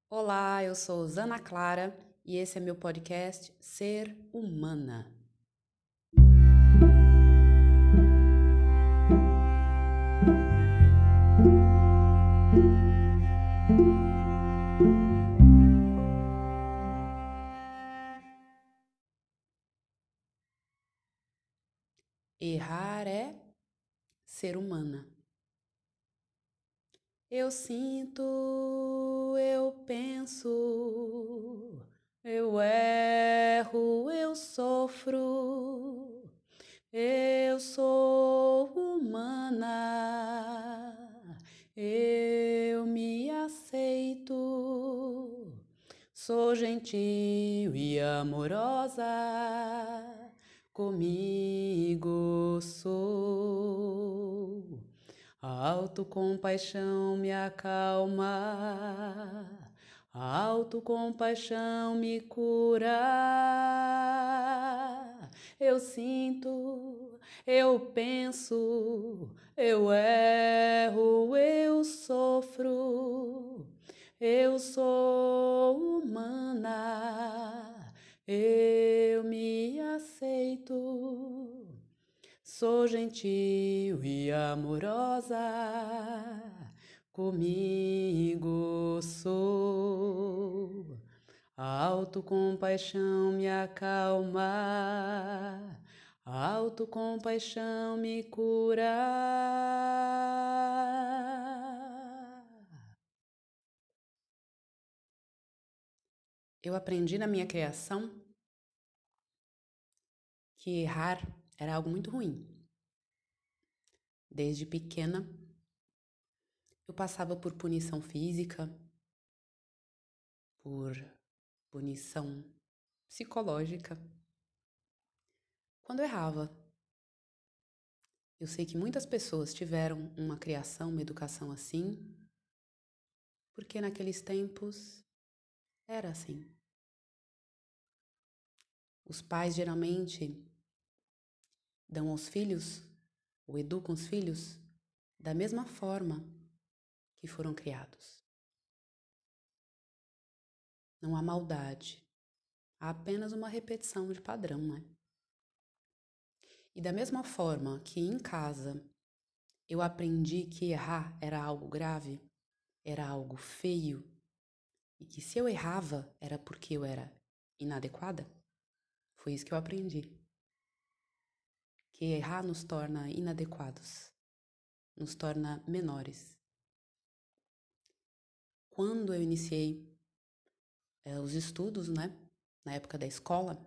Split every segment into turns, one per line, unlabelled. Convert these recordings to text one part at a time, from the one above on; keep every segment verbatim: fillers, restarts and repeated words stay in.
Olá, eu sou Zana Clara e esse é meu podcast Ser Humana. Errar é ser humana. Eu sinto, eu penso, eu erro, eu sofro, eu sou humana, eu me aceito, sou gentil e amorosa, comigo sou. A autocompaixão me acalma, a autocompaixão me cura. Eu sinto, eu penso, eu erro, eu sofro, eu sou humana, eu me aceito. Sou gentil e amorosa, comigo sou. A autocompaixão me acalma, a autocompaixão me cura. Eu aprendi na minha criação que errar era algo muito ruim. Desde pequena, eu passava por punição física, por punição psicológica, quando errava. Eu sei que muitas pessoas tiveram uma criação, uma educação assim, porque naqueles tempos era assim. Os pais geralmente dão aos filhos, ou educam os filhos, da mesma forma que foram criados. Não há maldade, há apenas uma repetição de padrão, né? E da mesma forma que em casa eu aprendi que errar era algo grave, era algo feio, e que se eu errava era porque eu era inadequada, foi isso que eu aprendi. Que errar nos torna inadequados, nos torna menores. Quando eu iniciei é, os estudos, né, na época da escola,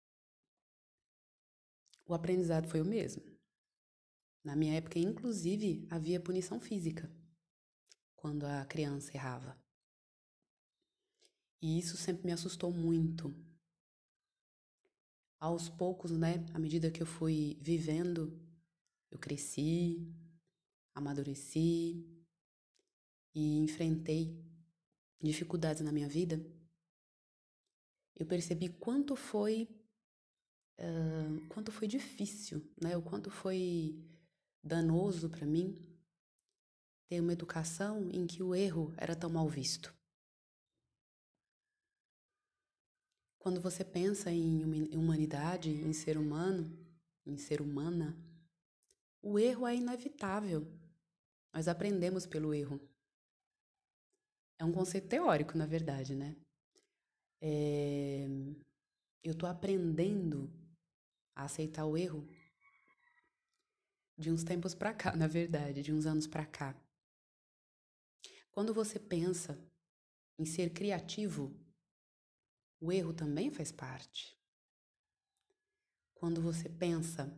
o aprendizado foi o mesmo. Na minha época, inclusive, havia punição física quando a criança errava. E isso sempre me assustou muito. Aos poucos, né, à medida que eu fui vivendo, eu cresci, amadureci e enfrentei dificuldades na minha vida. Eu percebi quanto foi, uh, quanto foi difícil, né, o quanto foi danoso para mim ter uma educação em que o erro era tão mal visto. Quando você pensa em humanidade, em ser humano, em ser humana, o erro é inevitável. Nós aprendemos pelo erro. É um conceito teórico, na verdade, né? É... Eu estou aprendendo a aceitar o erro de uns tempos para cá, na verdade, de uns anos para cá. Quando você pensa em ser criativo, o erro também faz parte. Quando você pensa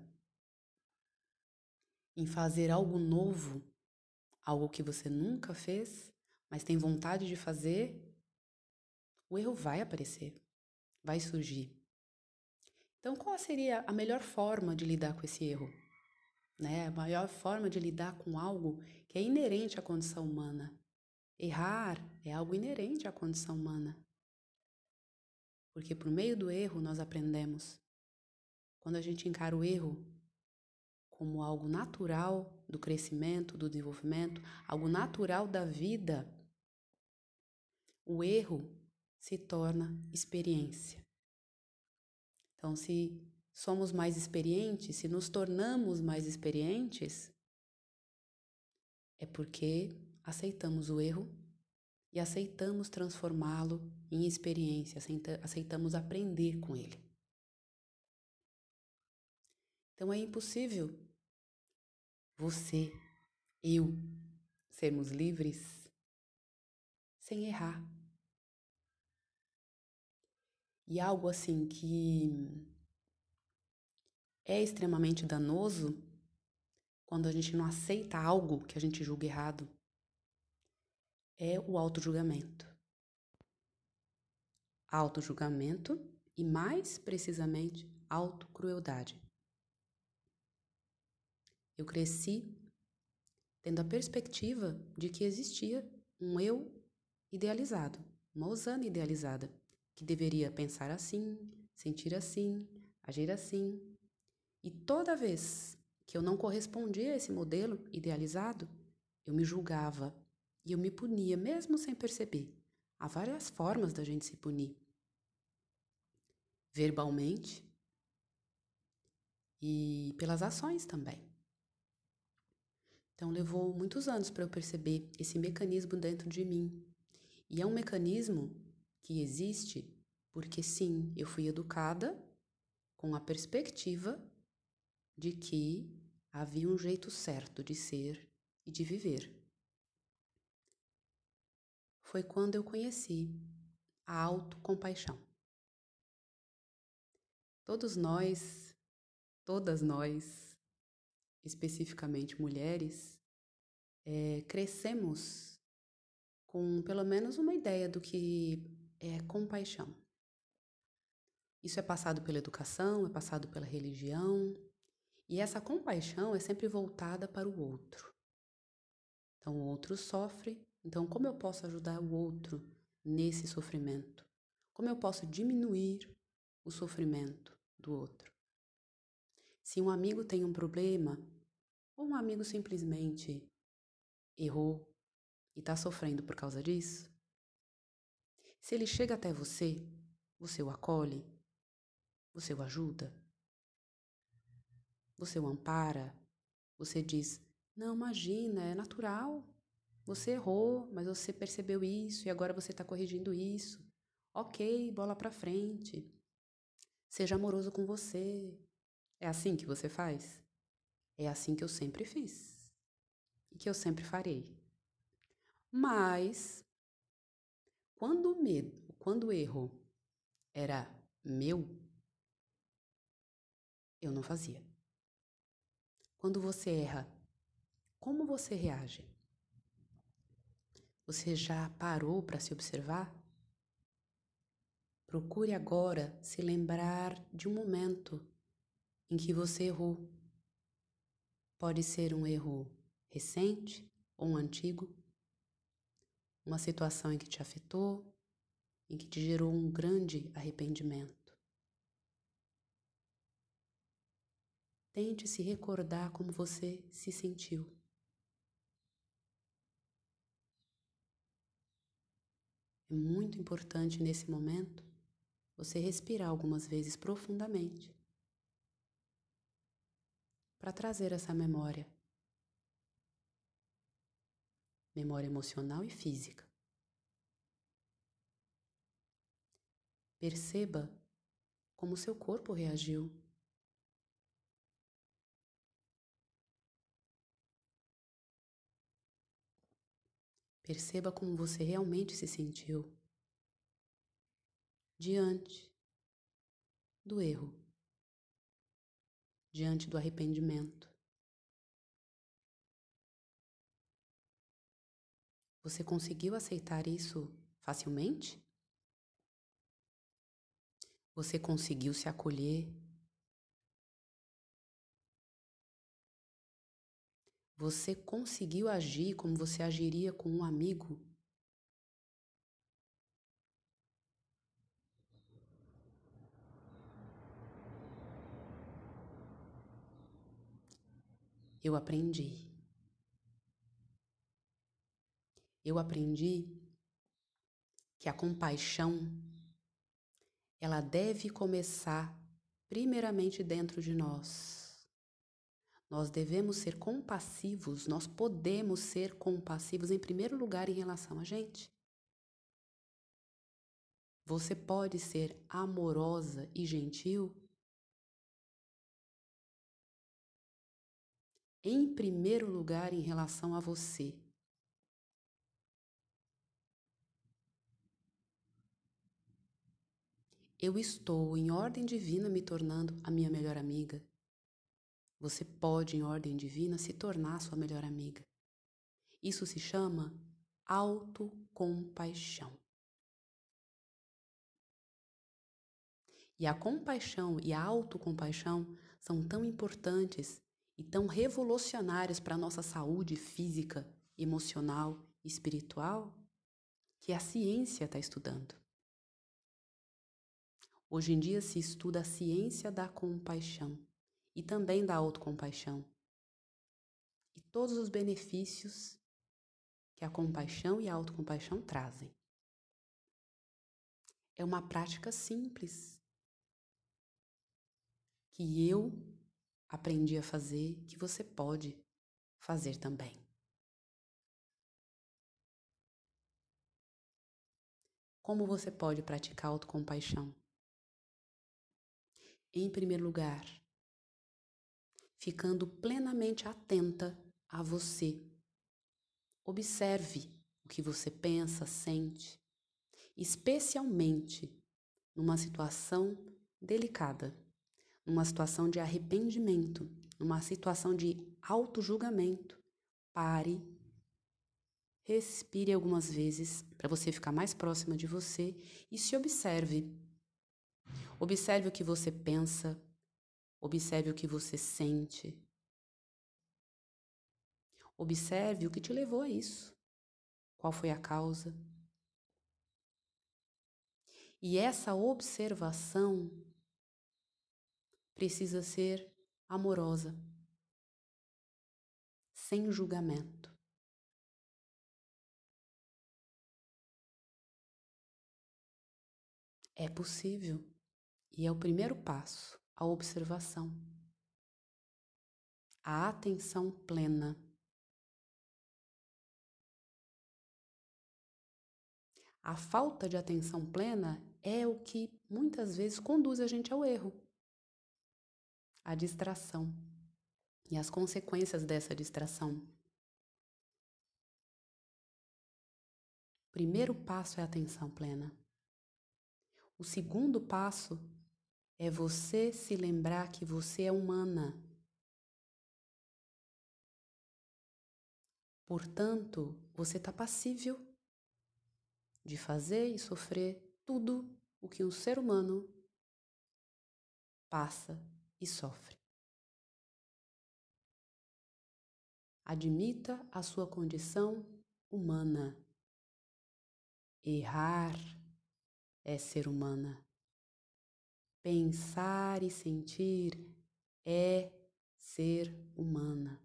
em fazer algo novo, algo que você nunca fez, mas tem vontade de fazer, o erro vai aparecer, vai surgir. Então, qual seria a melhor forma de lidar com esse erro? Né? A maior forma de lidar com algo que é inerente à condição humana. Errar é algo inerente à condição humana. Porque por meio do erro nós aprendemos. Quando a gente encara o erro como algo natural do crescimento, do desenvolvimento, algo natural da vida, o erro se torna experiência. Então, se somos mais experientes, se nos tornamos mais experientes, é porque aceitamos o erro e aceitamos transformá-lo em experiência, aceitamos aprender com ele. Então, é impossível você, eu, sermos livres sem errar. E algo assim que é extremamente danoso quando a gente não aceita algo que a gente julga errado é o autojulgamento. Autojulgamento e, mais precisamente, autocrueldade. Eu cresci tendo a perspectiva de que existia um eu idealizado, uma Osana idealizada, que deveria pensar assim, sentir assim, agir assim. E toda vez que eu não correspondia a esse modelo idealizado, eu me julgava e eu me punia, mesmo sem perceber. Há várias formas da gente se punir. Verbalmente e pelas ações também. Então, levou muitos anos para eu perceber esse mecanismo dentro de mim. E é um mecanismo que existe porque, sim, eu fui educada com a perspectiva de que havia um jeito certo de ser e de viver. Foi quando eu conheci a autocompaixão. Todos nós, todas nós, especificamente mulheres, é, crescemos com pelo menos uma ideia do que é compaixão. Isso é passado pela educação, é passado pela religião, e essa compaixão é sempre voltada para o outro. Então, o outro sofre, então como eu posso ajudar o outro nesse sofrimento? Como eu posso diminuir o sofrimento do outro? Se um amigo tem um problema, ou um amigo simplesmente errou e está sofrendo por causa disso, se ele chega até você, você o acolhe, você o ajuda, você o ampara, você diz, não, imagina, é natural, você errou, mas você percebeu isso e agora você está corrigindo isso. Ok, bola pra frente. Seja amoroso com você. É assim que você faz? É assim que eu sempre fiz e que eu sempre farei. Mas, quando o medo, quando o erro era meu, eu não fazia. Quando você erra, como você reage? Você já parou para se observar? Procure agora se lembrar de um momento em que você errou. Pode ser um erro recente ou um antigo, uma situação em que te afetou, em que te gerou um grande arrependimento. Tente se recordar como você se sentiu. É muito importante nesse momento você respirar algumas vezes profundamente para trazer essa memória. Memória emocional e física. Perceba como seu corpo reagiu. Perceba como você realmente se sentiu diante do erro, diante do arrependimento. Você conseguiu aceitar isso facilmente? Você conseguiu se acolher? Você conseguiu agir como você agiria com um amigo? Eu aprendi. Eu aprendi que a compaixão, ela deve começar primeiramente dentro de nós. Nós devemos ser compassivos, nós podemos ser compassivos em primeiro lugar em relação a gente. Você pode ser amorosa e gentil em primeiro lugar em relação a você. Eu estou, em ordem divina, me tornando a minha melhor amiga. Você pode, em ordem divina, se tornar sua melhor amiga. Isso se chama autocompaixão. E a compaixão e a autocompaixão são tão importantes e tão revolucionárias para a nossa saúde física, emocional e espiritual que a ciência está estudando. Hoje em dia se estuda a ciência da compaixão e também da autocompaixão e todos os benefícios que a compaixão e a autocompaixão trazem. É uma prática simples que eu aprendi a fazer, que você pode fazer também. Como você pode praticar autocompaixão? Em primeiro lugar, ficando plenamente atenta a você. Observe o que você pensa, sente, especialmente numa situação delicada, numa situação de arrependimento, numa situação de autojulgamento. Pare, respire algumas vezes para você ficar mais próxima de você e se observe. Observe o que você pensa, observe o que você sente. Observe o que te levou a isso. Qual foi a causa? E essa observação precisa ser amorosa, sem julgamento. É possível. E é o primeiro passo, a observação. A atenção plena. A falta de atenção plena é o que muitas vezes conduz a gente ao erro, à distração e as consequências dessa distração. O primeiro passo é a atenção plena. O segundo passo é você se lembrar que você é humana. Portanto, você está passível de fazer e sofrer tudo o que um ser humano passa e sofre. Admita a sua condição humana. Errar é ser humana. Pensar e sentir é ser humana.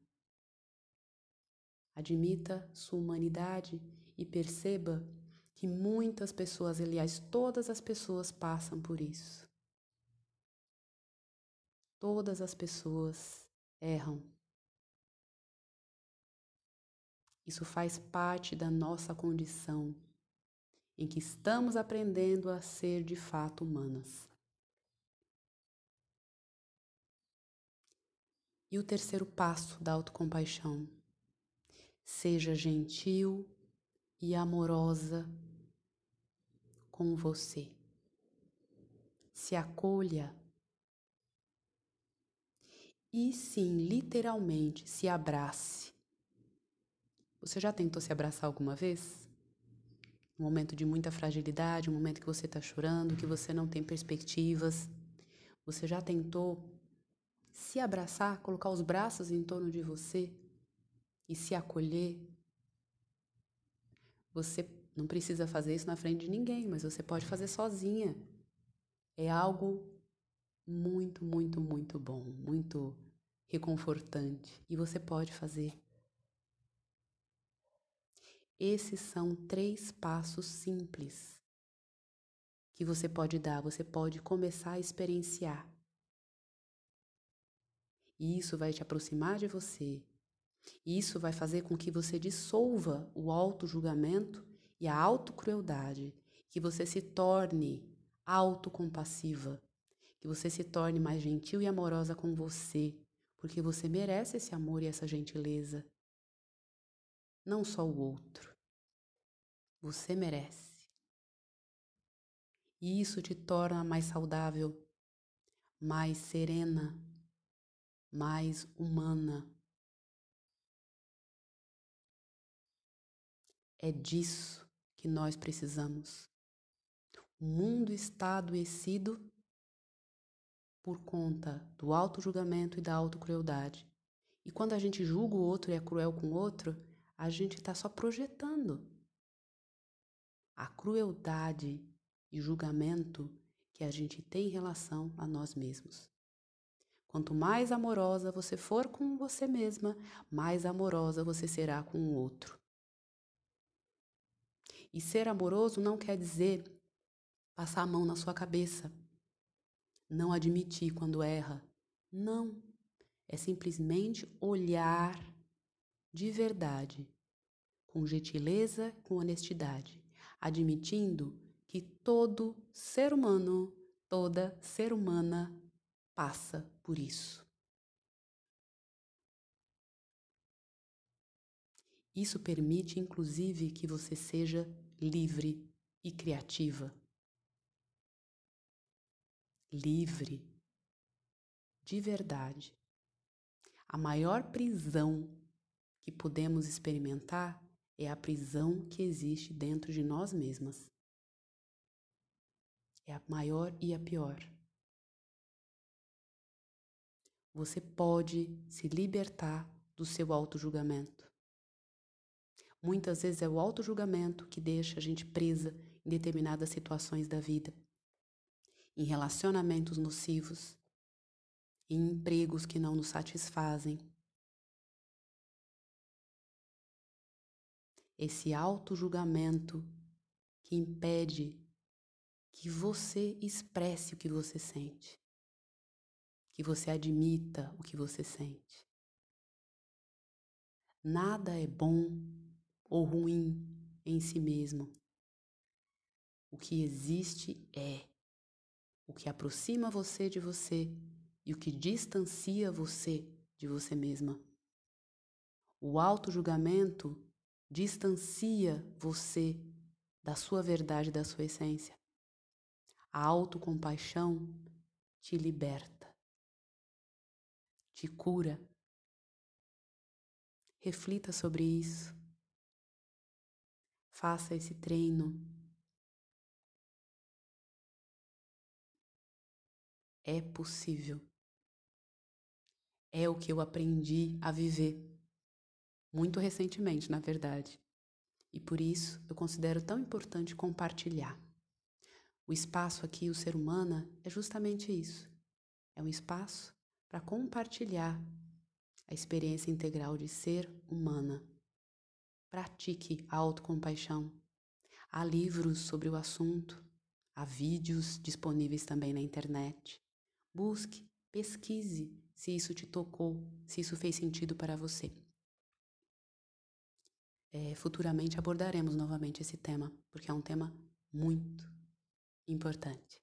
Admita sua humanidade e perceba que muitas pessoas, aliás, todas as pessoas passam por isso. Todas as pessoas erram. Isso faz parte da nossa condição, em que estamos aprendendo a ser de fato humanas. E o terceiro passo da autocompaixão: seja gentil e amorosa com você. Se acolha. E sim, literalmente, se abrace. Você já tentou se abraçar alguma vez? Um momento de muita fragilidade, um momento que você está chorando, que você não tem perspectivas. Você já tentou se abraçar, colocar os braços em torno de você e se acolher? Você não precisa fazer isso na frente de ninguém, mas você pode fazer sozinha. É algo muito, muito, muito bom, muito reconfortante. E você pode fazer. Esses são três passos simples que você pode dar, você pode começar a experienciar. E isso vai te aproximar de você. E isso vai fazer com que você dissolva o auto-julgamento e a autocrueldade, que você se torne autocompassiva, que você se torne mais gentil e amorosa com você, porque você merece esse amor e essa gentileza. Não só o outro. Você merece. E isso te torna mais saudável, mais serena, mais humana. É disso que nós precisamos. O mundo está adoecido por conta do auto-julgamento e da autocrueldade. E quando a gente julga o outro e é cruel com o outro, a gente está só projetando a crueldade e julgamento que a gente tem em relação a nós mesmos. Quanto mais amorosa você for com você mesma, mais amorosa você será com o outro. E ser amoroso não quer dizer passar a mão na sua cabeça, não admitir quando erra. Não. É simplesmente olhar de verdade, com gentileza, com honestidade, admitindo que todo ser humano, toda ser humana passa por isso. Isso permite, inclusive, que você seja livre e criativa. Livre, de verdade. A maior prisão que podemos experimentar é a prisão que existe dentro de nós mesmas. É a maior e a pior. Você pode se libertar do seu auto-julgamento. Muitas vezes é o auto-julgamento que deixa a gente presa em determinadas situações da vida, em relacionamentos nocivos, em empregos que não nos satisfazem. Esse auto-julgamento que impede que você expresse o que você sente, que você admita o que você sente. Nada é bom ou ruim em si mesmo. O que existe é o que aproxima você de você e o que distancia você de você mesma. O auto-julgamento distancia você da sua verdade, da sua essência. A autocompaixão te liberta, te cura. Reflita sobre isso. Faça esse treino. É possível. É o que eu aprendi a viver. Muito recentemente, na verdade. E por isso eu considero tão importante compartilhar. O espaço aqui, o Ser Humana, é justamente isso. É um espaço para compartilhar a experiência integral de ser humana. Pratique a autocompaixão. Há livros sobre o assunto, há vídeos disponíveis também na internet. Busque, pesquise se isso te tocou, se isso fez sentido para você. É, futuramente abordaremos novamente esse tema, porque é um tema muito importante.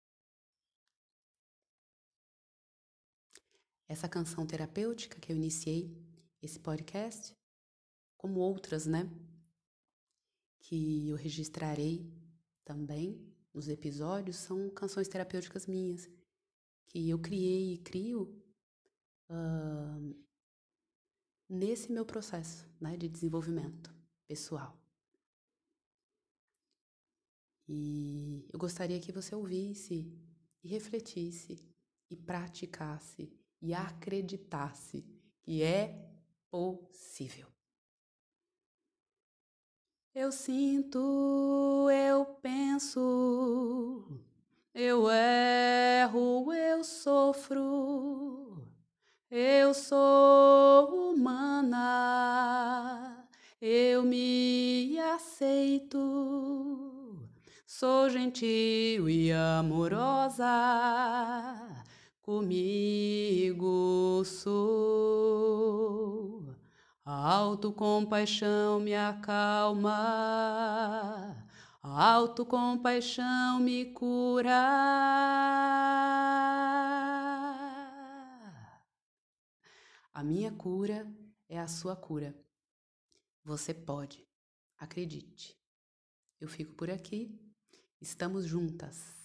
Essa canção terapêutica que eu iniciei, esse podcast, como outras, né, que eu registrarei também nos episódios, são canções terapêuticas minhas, que eu criei e crio uh, nesse meu processo, né, de desenvolvimento pessoal. E eu gostaria que você ouvisse e refletisse e praticasse e acreditasse que é possível. Eu sinto, eu penso, eu erro, eu sofro, eu sou humana, eu me aceito. Sou gentil e amorosa, comigo sou. A autocompaixão me acalma, a autocompaixão me cura. A minha cura é a sua cura. Você pode, acredite. Eu fico por aqui. Estamos juntas.